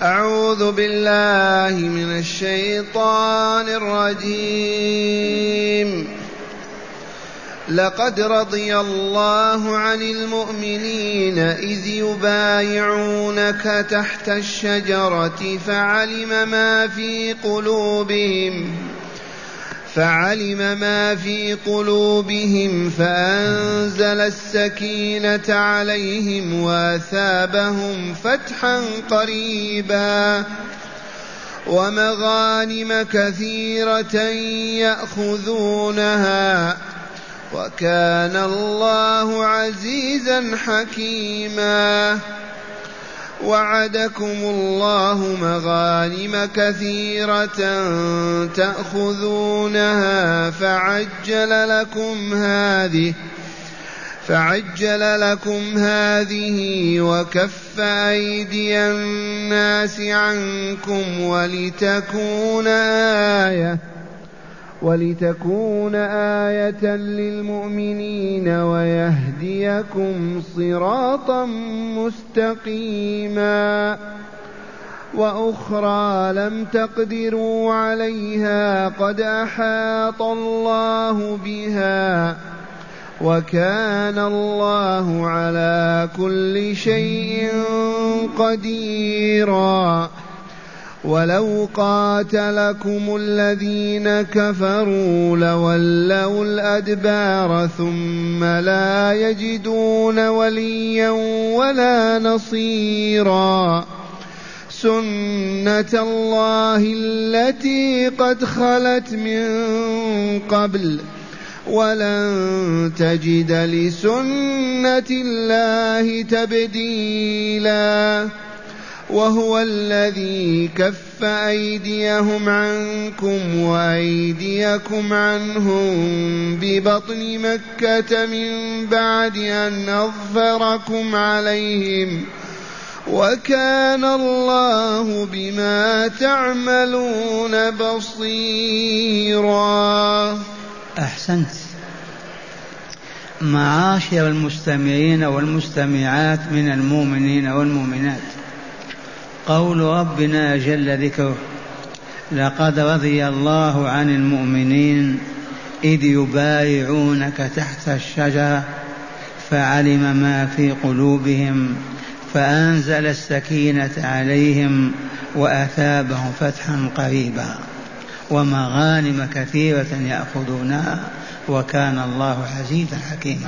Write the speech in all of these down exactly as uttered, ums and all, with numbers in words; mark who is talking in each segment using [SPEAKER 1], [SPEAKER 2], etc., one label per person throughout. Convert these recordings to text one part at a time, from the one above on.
[SPEAKER 1] أعوذ بالله من الشيطان الرجيم. لقد رضي الله عن المؤمنين إذ يبايعونك تحت الشجرة فعلم ما في قلوبهم فعلم ما في قلوبهم فأنزل السكينة عليهم وأثابهم فتحا قريبا ومغانم كثيرة يأخذونها وكان الله عزيزا حكيما. وعدكم الله مغانم كثيرة تأخذونها فعجل لكم هذه فعجل لكم هذه وكف أيدي الناس عنكم ولتكون آية ولتكون آية للمؤمنين ويهديكم صراطا مستقيما. وأخرى لم تقدروا عليها قد أحاط الله بها وكان الله على كل شيء قديرا. ولو قاتلكم الذين كفروا لولوا الأدبار ثم لا يجدون وليا ولا نصيرا. سنة الله التي قد خلت من قبل ولن تجد لسنة الله تبديلا. وهو الذي كف أيديهم عنكم وأيديكم عنهم ببطن مكة من بعد أن أظفركم عليهم وكان الله بما تعملون بصيرا.
[SPEAKER 2] أحسنت. معاشر المستمعين والمستمعات من المؤمنين والمؤمنات، قول ربنا جل ذكره: لقد رضي الله عن المؤمنين إذ يبايعونك تحت الشجرة فعلم ما في قلوبهم فأنزل السكينة عليهم وأثابهم فتحا قريبا ومغانم كثيرة يأخذونها وكان الله عزيزا حكيما.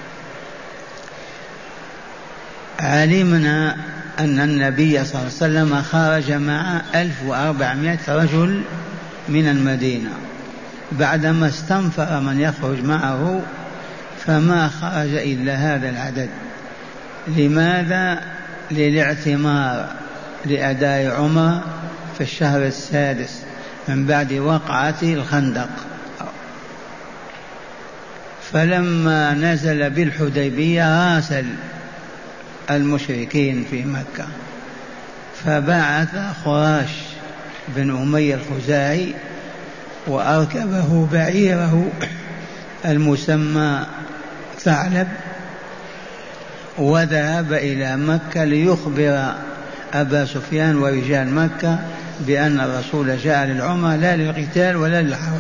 [SPEAKER 2] علمنا أن النبي صلى الله عليه وسلم خرج مع ألف وأربعمائة رجل من المدينة، بعدما استنفر من يخرج معه فما خرج إلا هذا العدد. لماذا؟ للاعتمار لأداء عمر في الشهر السادس من بعد وقعة الخندق. فلما نزل بالحديبية راسل المشركين في مكة، فبعث خراش بن أمية الخزاعي وأركبه بعيره المسمى ثعلب وذهب إلى مكة ليخبر أبا سفيان ورجال مكة بأن الرسول جاء للعمرة لا للقتال ولا للحرب.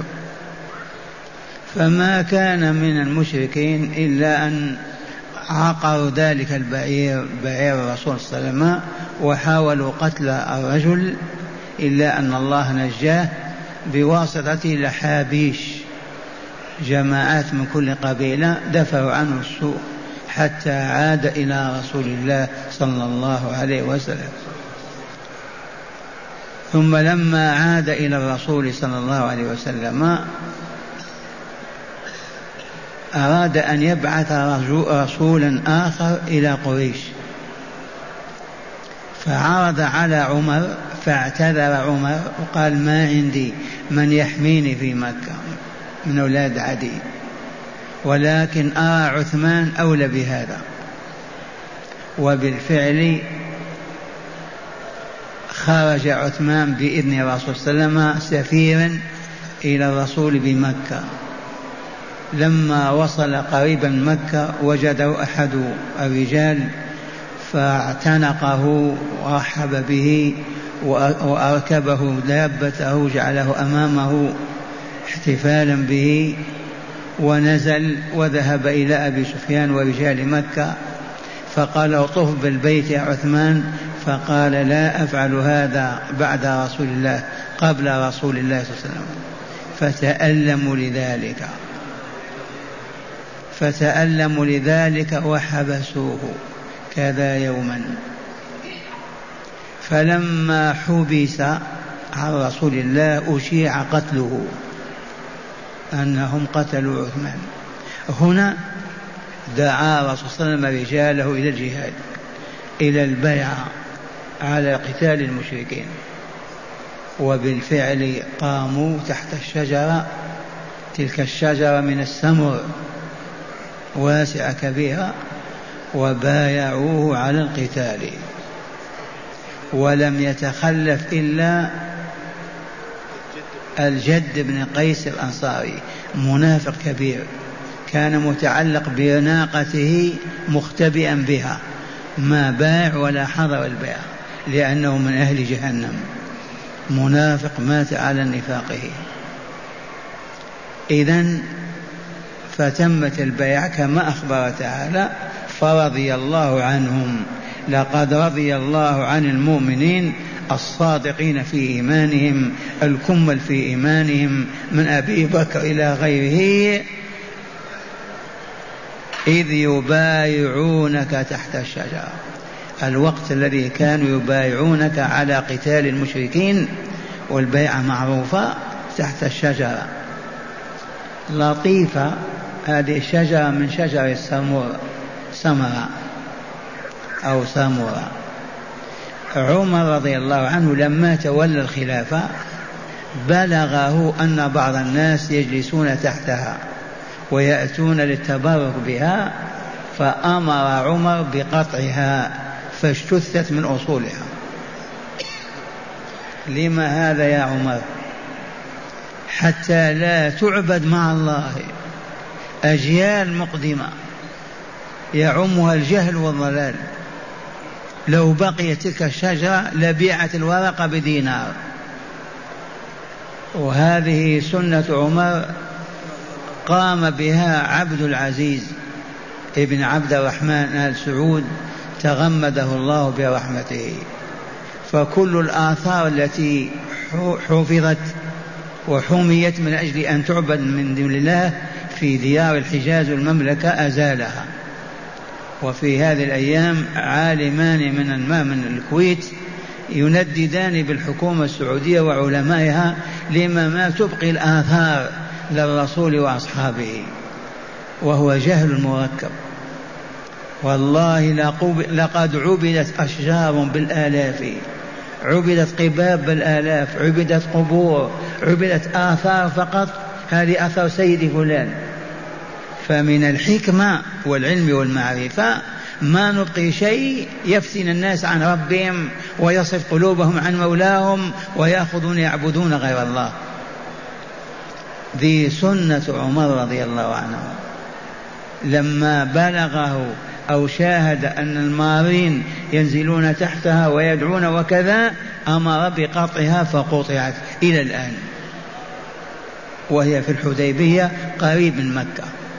[SPEAKER 2] فما كان من المشركين إلا أن عقروا ذلك البعير بعير الرسول صلى الله عليه وسلم وحاولوا قتل الرجل، إلا أن الله نجاه بواسطة لحابيش، جماعات من كل قبيلة دفعوا عنه السوء حتى عاد إلى رسول الله صلى الله عليه وسلم. ثم لما عاد إلى الرسول صلى الله عليه وسلم أراد أن يبعث رسولا آخر إلى قريش، فعرض على عمر فاعتذر عمر وقال: ما عندي من يحميني في مكة من أولاد عدي، ولكن أرى عثمان أولى بهذا. وبالفعل خرج عثمان بإذن الرسول صلى الله عليه وسلم سفيرا إلى الرسول بمكة. لما وصل قريبا مكة وجده أحد الرجال فاعتنقه ورحب به وأركبه دابته جعله أمامه احتفالا به، ونزل وذهب إلى أبي سفيان ورجال مكة فقال طف بالبيت يا عثمان، فقال لا أفعل هذا بعد رسول الله قبل رسول الله صلى الله عليه وسلم، فتألموا لذلك فتألموا لذلك وحبسوه كذا يوما. فلما حبس عن رسول الله أشيع قتله، أنهم قتلوا عثمان. هنا دعا رسول الله صلى الله عليه وسلم رجاله إلى الجهاد، إلى البيعة على قتال المشركين، وبالفعل قاموا تحت الشجرة، تلك الشجرة من السمر واسعة كبيرة، وبايعوه على القتال. ولم يتخلف إلا الجد بن قيس الأنصاري، منافق كبير، كان متعلق بناقته مختبئا بها، ما باع ولا حضر البيع لأنه من أهل جهنم، منافق مات على نفاقه. إذن فتمت البيعة كما أخبر تعالى: فرضي الله عنهم، لقد رضي الله عن المؤمنين الصادقين في إيمانهم الكمل في إيمانهم من أبي بكر إلى غيره إذ يبايعونك تحت الشجرة، الوقت الذي كانوا يبايعونك على قتال المشركين، والبيعة معروفة تحت الشجرة. لطيفة هذه الشجرة من شجر السمور، سمرة أو سامورة. عمر رضي الله عنه لما تولى الخلافة بلغه أن بعض الناس يجلسون تحتها ويأتون للتبرك بها، فأمر عمر بقطعها فاجتثت من أصولها. لما هذا يا عمر؟ حتى لا تعبد مع الله أجيال مقدمة يعمها الجهل والضلال. لو بقيت تلك الشجرة لبيعت الورقة بدينار. وهذه سنة عمر قام بها عبد العزيز ابن عبد الرحمن آل سعود تغمده الله برحمته. فكل الآثار التي حفظت وحميت من أجل أن تعبد من دون الله في ديار الحجاز والمملكة أزالها. وفي هذه الأيام عالمان من الماء من الكويت ينددان بالحكومة السعودية وعلمائها لما ما تبقي الآثار للرسول وأصحابه، وهو جهل مركب. والله لقد عبدت أشجار بالآلاف، عبدت قباب بالآلاف، عبدت قبور، عبدت آثار فقط. هذه أثر سيد فلان. فمن الحكمة والعلم والمعرفة ما نبقي شيء يفتن الناس عن ربهم ويصف قلوبهم عن مولاهم ويأخذون يعبدون غير الله. ذي سنة عمر رضي الله عنه لما بلغه أو شاهد أن المارين ينزلون تحتها ويدعون وكذا أمر بقطعها فقطعت إلى الآن، وهي في الحديبية قريب من مكة.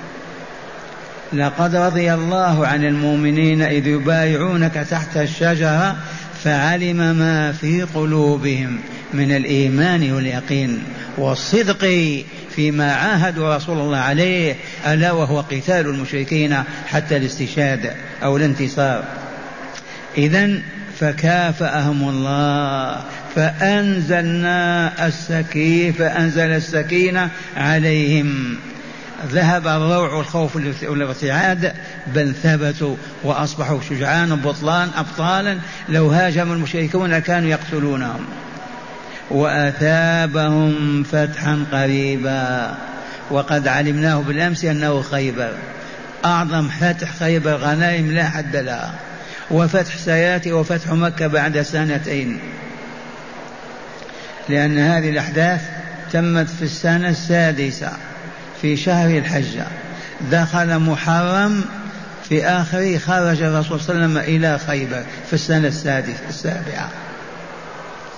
[SPEAKER 2] لقد رضي الله عن المؤمنين إذ يبايعونك تحت الشجرة فعلم ما في قلوبهم من الإيمان واليقين والصدق فيما عاهدوا رسول الله عليه، ألا وهو قتال المشركين حتى الاستشهاد أو الانتصار. إذن فكافأهم الله فأنزلنا السكينة فأنزل السكينة عليهم، ذهب الروع والخوف والارتعاد، بل ثبتوا وأصبحوا شجعان بطلان أبطالا. لو هاجم المشركون كانوا يقتلونهم. وأثابهم فتحا قريبا، وقد علمناه بالأمس أنه خيبر، أعظم فتح خيبر، غنائم لا حد لها، وفتح سياتي وفتح مكة بعد سنتين، لأن هذه الأحداث تمت في السنة السادسة في شهر الحجة. دخل محرم في آخره، خرج الرسول صلى الله عليه وسلم إلى خيبر في السنة السادسة السابعة.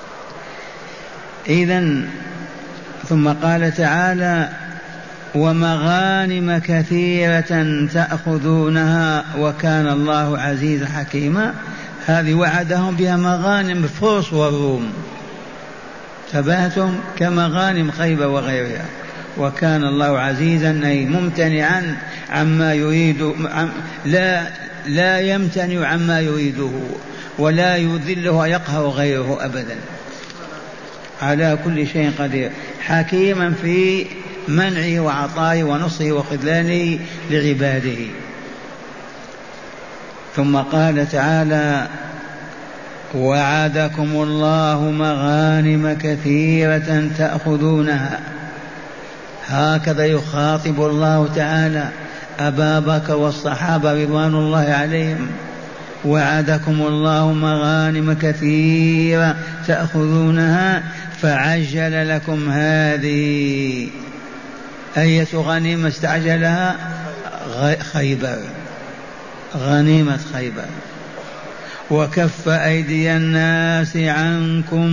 [SPEAKER 2] إذن ثم قال تعالى ومغانم كثيرة تأخذونها وكان الله عزيزا حكيما. هذه وعدهم بها مغانم الفرس والروم، تبهتم كمغانم خيبر وغيرها. وكان الله عزيزا أي ممتنعا عما يريد، لا لا يمتنع عما يريده ولا يذله ويقهر غيره أبدا، على كل شيء قدير، حكيما في منعه وعطائه ونصره وخذلانه لعباده. ثم قال تعالى وعدكم الله مغانم كثيرة تأخذونها. هكذا يخاطب الله تعالى أبا بكر والصحابة رضوان الله عليهم. وعدكم الله مغانم كثيرة تأخذونها فعجل لكم هذه. أية غنيمة استعجلها؟ خيبر، غنيمة خيبر. وكف أيدي الناس عنكم.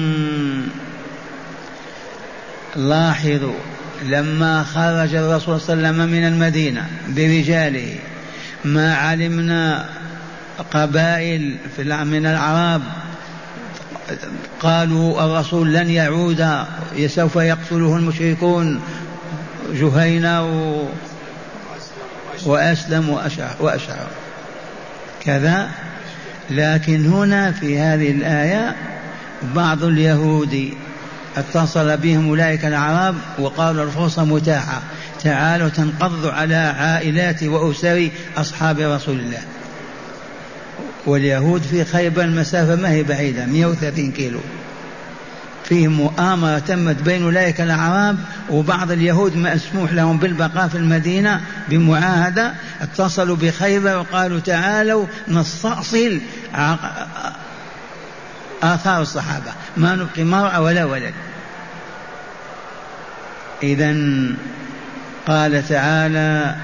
[SPEAKER 2] لاحظوا لما خرج الرسول صلى الله عليه وسلم من المدينة برجاله ما علمنا قبائل من الأعراب قالوا الرسول لن يعود سوف يقتله المشركون، جهينة وأسلم وأشعر كذا. لكن هنا في هذه الآية بعض اليهود اتصل بهم أولئك الأعراب وقالوا الفرصة متاحة، تعالوا تنقضوا على عائلات وأسر أصحاب رسول الله. واليهود في خيبر المسافة ما هي بعيدة، مئة وثلاثين كيلو. فيه مؤامرة تمت بين أولئك الأعراب وبعض اليهود مسموح لهم بالبقاء في المدينة بمعاهدة. اتصلوا بخيبر وقالوا تعالوا نستأصل آثار الصحابة، ما نبقي مرأة ولا ولد. إذن قال تعالى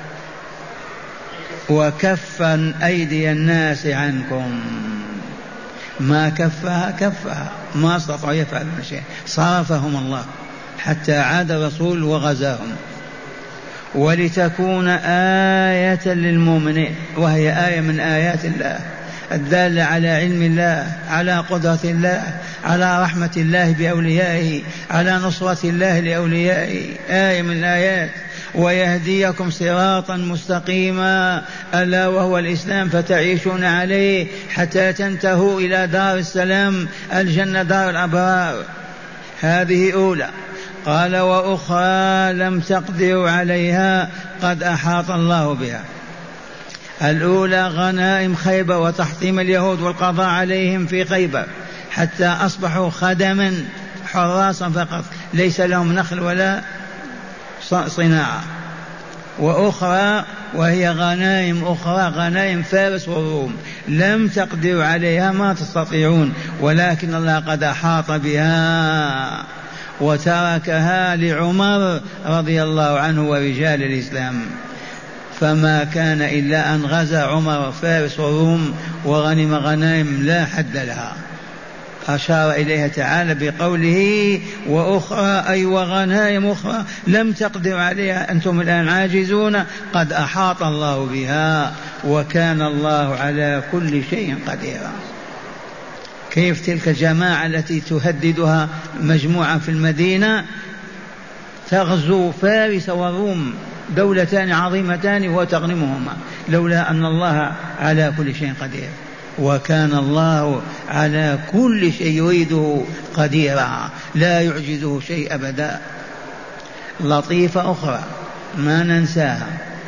[SPEAKER 2] وكف أيدي الناس عنكم. ما كفها كفها، ما استطاعوا يفعلون شيء، صرفهم الله حتى عاد الرسول وغزاهم. ولتكون آية للمؤمنين، وهي آية من آيات الله الدالة على علم الله، على قدرة الله، على رحمة الله بأوليائه، على نصرة الله لأوليائه، آية من الآيات. ويهديكم صراطا مستقيما ألا وهو الإسلام فتعيشون عليه حتى تنتهوا إلى دار السلام الجنة دار الأبرار. هذه أولى. قال وأخرى لم تقدروا عليها قد أحاط الله بها. الأولى غنائم خيبر وتحطيم اليهود والقضاء عليهم في خيبر حتى أصبحوا خدما حراسا فقط، ليس لهم نخل ولا صناعة. وأخرى وهي غنائم أخرى، غنائم فارس والروم، لم تقدروا عليها، ما تستطيعون، ولكن الله قد أحاط بها وتركها لعمر رضي الله عنه ورجال الإسلام. فما كان إلا أن غزا عمر فارس والروم وغنم غنائم لا حد لها. أشار إليها تعالى بقوله وأخرى أي وغنائم أخرى لم تقدروا عليها أنتم الآن عاجزون، قد أحاط الله بها وكان الله على كل شيء قديرا. كيف تلك الجماعة التي تهددها مجموعة في المدينة تغزو فارس والروم، دولتان عظيمتان وتغنمهما، لولا أن الله على كل شيء قدير. وكان الله على كل شيء يريده قديرا، لا يعجزه شيء أبدا. لطيفة أخرى ما ننساها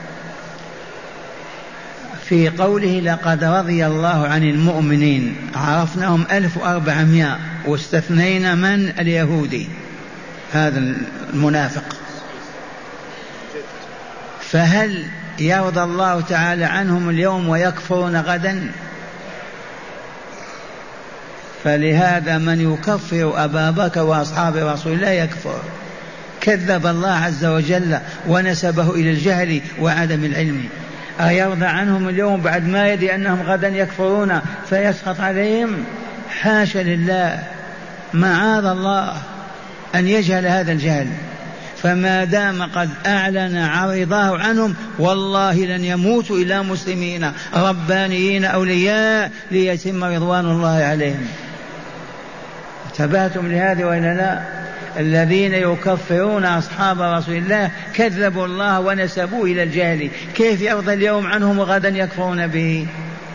[SPEAKER 2] في قوله لقد رضي الله عن المؤمنين، عرفناهم ألف وأربعمائة واستثنينا من؟ اليهودي هذا المنافق. فهل يرضى الله تعالى عنهم اليوم ويكفرون غدا؟ فلهذا من يكفر أبا بكر وأصحاب رسول الله يكفر، كذب الله عز وجل ونسبه إلى الجهل وعدم العلم. أيرضى عنهم اليوم بعد ما يدري أنهم غدا يكفرون فيسخط عليهم؟ حاشا لله. معاذ الله أن يجهل هذا الجهل، فما دام قد أعلن رضاه عنهم والله لن يموتوا إلا مسلمين ربانيين أولياء ليتم رضوان الله عليهم. انتبهتم لهذا وإلا لا؟ الذين يكفرون أصحاب رسول الله كذبوا الله ونسبوه إلى الجهل، كيف يرضى اليوم عنهم وغدا يكفرون به؟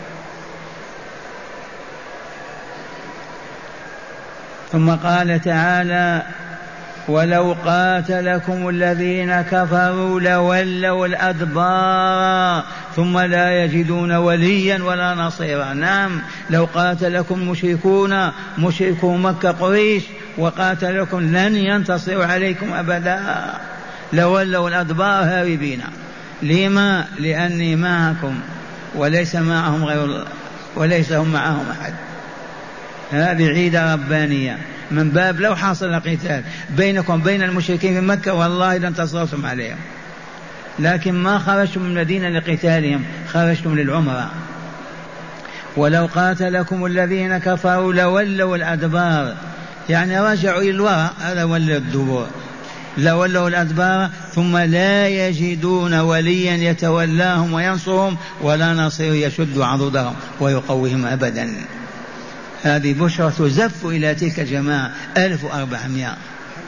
[SPEAKER 2] ثم قال تعالى ولو قاتلكم الذين كفروا لولوا الأدبار ثم لا يجدون وليا ولا نصيرا. نعم، لو قاتلكم مشركون مشركو مكة قريش وقاتلكم لن ينتصروا عليكم أبدا، لولوا الأدبار هاربين. لما؟ لأني معكم وليس معهم غير وليس هم معهم أحد. هذه عيدة ربانية من باب لو حصل قتال بينكم وبين المشركين في مكة والله لن انتصرتم عليهم، لكن ما خرجتم من المدينة لقتالهم، خرجتم للعمرة. ولو قاتلكم الذين كفروا لولوا الأدبار، يعني رجعوا إلى الوراء، هذا ولوا الدبور، لولوا الأدبار ثم لا يجدون وليا يتولاهم وينصرهم ولا نصير يشد عضدهم ويقويهم أبدا. هذه بشرى تزف إلى تلك الجماعة ألف وأربعمائة.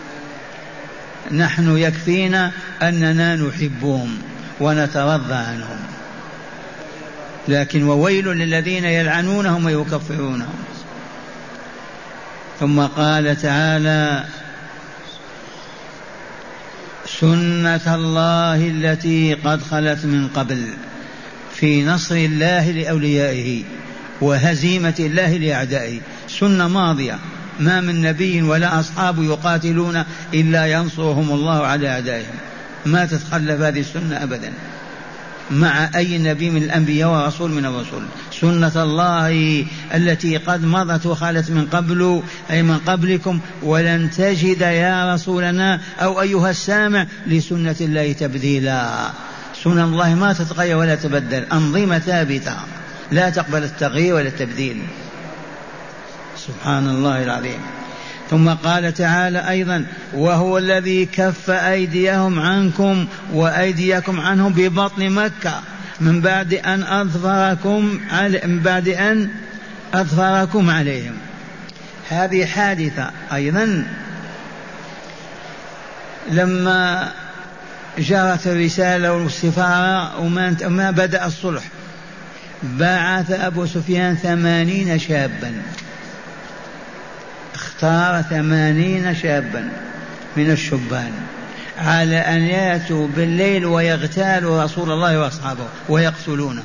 [SPEAKER 2] نحن يكفينا أننا نحبهم ونترضى عنهم، لكن وويل للذين يلعنونهم ويكفرونهم. ثم قال تعالى سنة الله التي قد خلت من قبل في نصر الله لأوليائه وهزيمة الله لأعدائه، سنة ماضية، ما من نبي ولا أصحاب يقاتلون إلا ينصرهم الله على أعدائهم، ما تتخلف هذه السنة أبدا مع أي نبي من الأنبياء ورسول من الرسل. سنة الله التي قد مضت وخلت من قبل أي من قبلكم، ولن تجد يا رسولنا أو أيها السامع لسنة الله تبديلا. سنة الله ما تتغير ولا تبدل، أنظمة ثابتة لا تقبل التغيير ولا التبديل. سبحان الله العظيم. ثم قال تعالى أيضا وهو الذي كف أيديهم عنكم وأيديكم عنهم ببطن مكة من بعد أن أظفركم علي من بعد أن أظفركم عليهم. هذه حادثة أيضا لما جرت الرسالة والسفارة وما بدأ الصلح، بعث أبو سفيان ثمانين شابا، اختار ثمانين شابا من الشبان على أن يأتوا بالليل ويغتالوا رسول الله وأصحابه ويقتلونهم.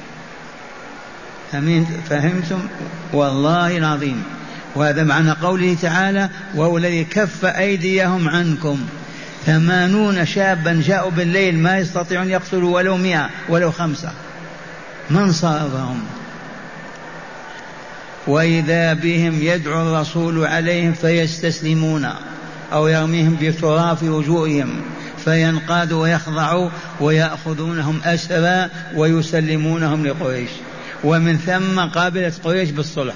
[SPEAKER 2] فهمتم؟ والله العظيم. وهذا معنى قوله تعالى وهو الذي كف أيديهم عنكم. ثمانون شابا جاءوا بالليل ما يستطيعون يقتلوا ولو مئة ولو خمسة، من صارهم؟ وإذا بهم يدعو الرسول عليهم فيستسلمون أو يرميهم بالتراب في وجوههم فينقادوا ويخضعوا ويأخذونهم أسرى ويسلمونهم لقريش. ومن ثم قابلت قريش بالصلح،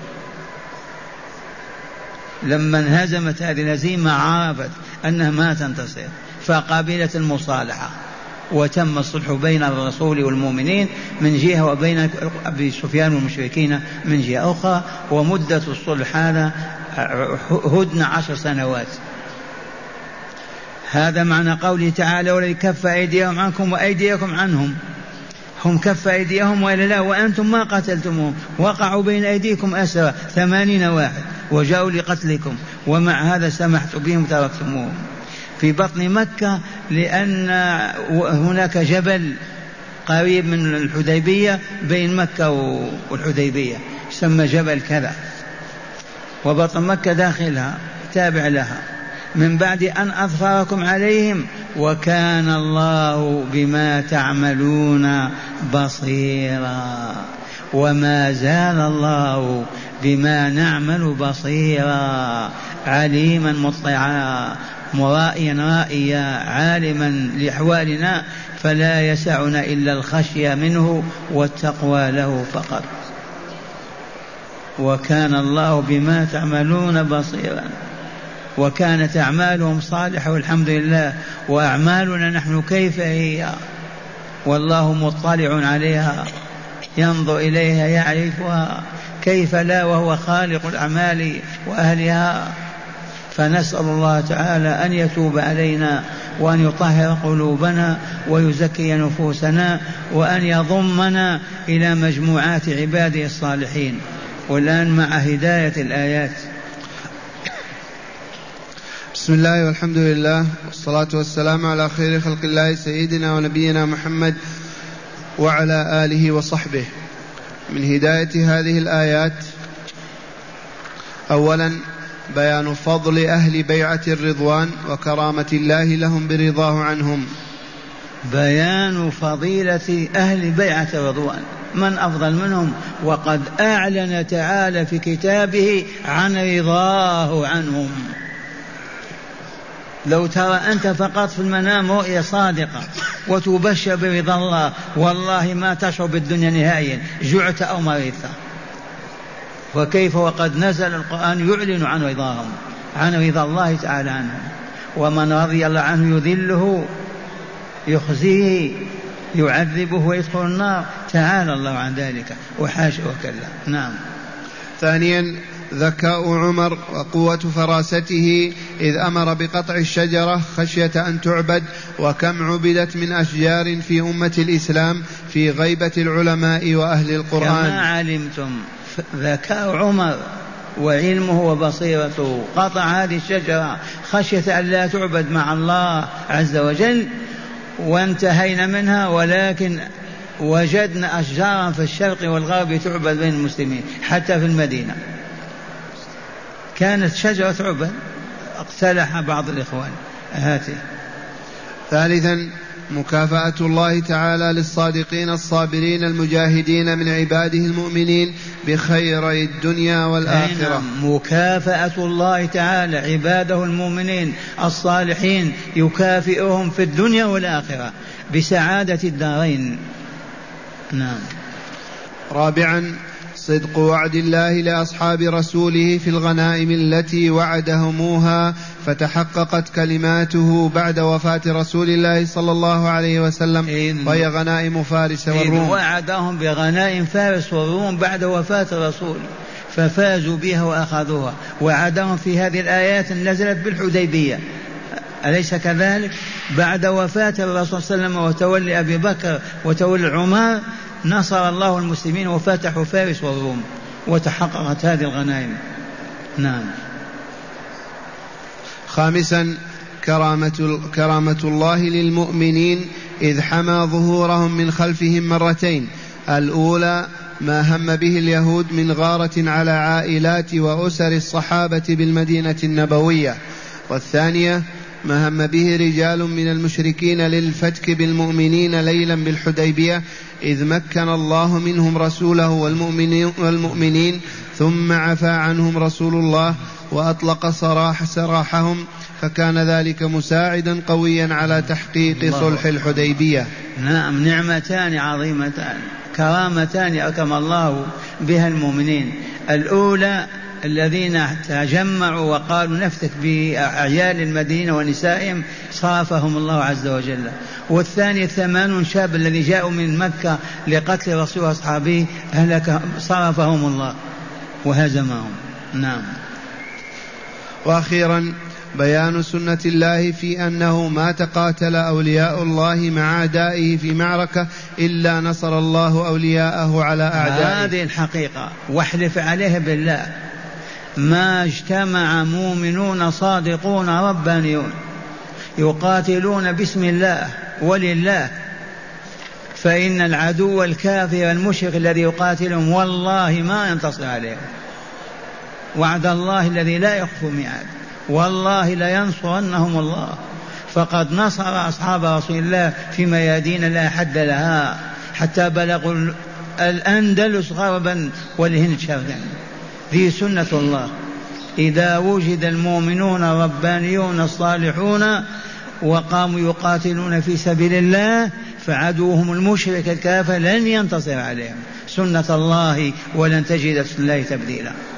[SPEAKER 2] لما انهزمت هذه الهزيمة عرفت أنها ما تنتصر فقابلت المصالحة وتم الصلح بين الرسول والمؤمنين من جهة وبين أبي سفيان والمشركين من جهة أخرى. ومدة الصلح هذا هدن عشر سنوات. هذا معنى قوله تعالى والذي كف أيديهم عنكم وأيديكم عنهم. هم كف أيديهم وإلا لا؟ وأنتم ما قتلتمهم، وقعوا بين أيديكم أسرى ثمانين واحد وجاءوا لقتلكم، ومع هذا سمحت بهم تركتموهم في بطن مكة، لأن هناك جبل قريب من الحديبية بين مكة والحديبية يسمى جبل كذا، وبطن مكة داخلها تابع لها. من بعد أن أظفركم عليهم وكان الله بما تعملون بصيرا. وما زال الله بما نعمل بصيرا، عليما مطلعا، مرائيا رائيا، عالما لأحوالنا، فلا يسعنا إلا الخشية منه والتقوى له فقط. وكان الله بما تعملون بصيرا، وكانت أعمالهم صالحة والحمد لله، وأعمالنا نحن كيف هي والله مطلع عليها ينظر إليها يعرفها، كيف لا وهو خالق الأعمال وأهلها. فنسأل الله تعالى أن يتوب علينا وأن يطهر قلوبنا ويزكي نفوسنا وأن يضمنا إلى مجموعات عباده الصالحين. والآن مع هداية الآيات.
[SPEAKER 1] بسم الله والحمد لله والصلاة والسلام على خير خلق الله سيدنا ونبينا محمد وعلى آله وصحبه. من هداية هذه الآيات: أولا بيان فضل أهل بيعة الرضوان وكرامة الله لهم برضاه عنهم.
[SPEAKER 2] بيان فضيلة أهل بيعة الرضوان، من أفضل منهم؟ وقد أعلن تعالى في كتابه عن رضاه عنهم. لو ترى أنت فقط في المنام رؤيا صادقة وتبشر برضا الله، والله ما تشعر بالدنيا نهائيا، جعت أو مرضت. وكيف وقد نزل القرآن يعلن عن رضاهم، عن رضا الله تعالى عنهم. ومن رضي الله عنه يذله يخزيه يعذبه ويدخل النار، تعالى الله عن ذلك وحاشا وكلا. نعم.
[SPEAKER 1] ثانيا ذكاء عمر وقوة فراسته إذ أمر بقطع الشجرة خشية أن تعبد، وكم عبدت من أشجار في أمة الإسلام في غيبة العلماء وأهل القرآن.
[SPEAKER 2] كما علمتم ذكاء عمر وعلمه وبصيرته قطع هذه الشجرة خشية أن لا تعبد مع الله عز وجل، وانتهينا منها، ولكن وجدنا أشجارا في الشرق والغرب تعبد بين المسلمين حتى في المدينة. كانت شجرة تعبد، اقتلح بعض الإخوان. هاته.
[SPEAKER 1] ثالثا مكافأة الله تعالى للصادقين الصابرين المجاهدين من عباده المؤمنين بخيري الدنيا والآخرة.
[SPEAKER 2] مكافأة الله تعالى عباده المؤمنين الصالحين يكافئهم في الدنيا والآخرة بسعادة الدارين. نعم.
[SPEAKER 1] رابعا صدق وعد الله لأصحاب رسوله في الغنائم التي وعدهموها فتحققت كلماته بعد وفاة رسول الله صلى الله عليه وسلم، وهي غنائم فارس والروم.
[SPEAKER 2] وعدهم بغنائم فارس والروم بعد وفاة الرسول ففازوا بها وأخذوها. وعدهم في هذه الآيات نزلت بالحديبية، أليس كذلك؟ بعد وفاة الرسول صلى الله عليه وسلم وتولي أبي بكر وتولي عمر نصر الله المسلمين وفتحوا فارس والروم وتحققت هذه الغنائم. نعم.
[SPEAKER 1] خامسا كرامة, كرامة الله للمؤمنين إذ حمى ظهورهم من خلفهم مرتين: الأولى ما هم به اليهود من غارة على عائلات وأسر الصحابة بالمدينة النبوية، والثانية ما هم به رجال من المشركين للفتك بالمؤمنين ليلا بالحديبية إذ مكن الله منهم رسوله والمؤمنين, والمؤمنين ثم عفى عنهم رسول الله وأطلق سراح سراحهم، فكان ذلك مساعدا قويا على تحقيق صلح الحديبية.
[SPEAKER 2] نعم. نعمتان عظيمتان، كرامتان أكرم الله بها المؤمنين. الأولى الذين تجمعوا وقالوا نفتك بأعيال المدينة ونسائهم صرفهم الله عز وجل. والثاني الثمانون شاب الذي جاءوا من مكة لقتل رسول أصحابه أهلك صرفهم الله وهزمهم. نعم.
[SPEAKER 1] وأخيرا بيان سنة الله في أنه ما تقاتل أولياء الله مع أعدائه في معركة إلا نصر الله أولياءه على أعدائه.
[SPEAKER 2] هذه الحقيقة واحلف عليها بالله، ما اجتمع مؤمنون صادقون ربانيون يقاتلون باسم الله ولله، فإن العدو الكافر المشرك الذي يقاتلهم والله ما ينتصر عليهم. وعد الله الذي لا يخفى ميعاد، والله لينصرنهم الله. فقد نصر أصحاب رسول الله في ميادين لا حد لها حتى بلغوا الأندلس غربا والهند شرقا. ذي سنة الله. إذا وجد المؤمنون الربانيون الصالحون وقاموا يقاتلون في سبيل الله فعدوهم المشرك الكافر لن ينتصر عليهم. سنة الله ولن تجد سنة الله تبديلا.